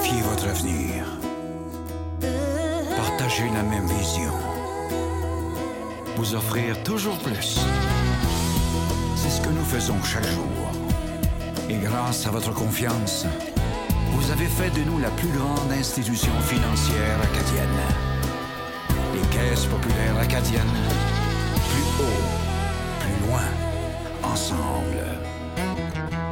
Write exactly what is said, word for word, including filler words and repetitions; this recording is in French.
Planifiez votre avenir. Partagez la même vision. Vous offrir toujours plus. C'est ce que nous faisons chaque jour. Et grâce à votre confiance, vous avez fait de nous la plus grande institution financière acadienne. Les Caisses populaires acadiennes. Plus haut, plus loin, ensemble.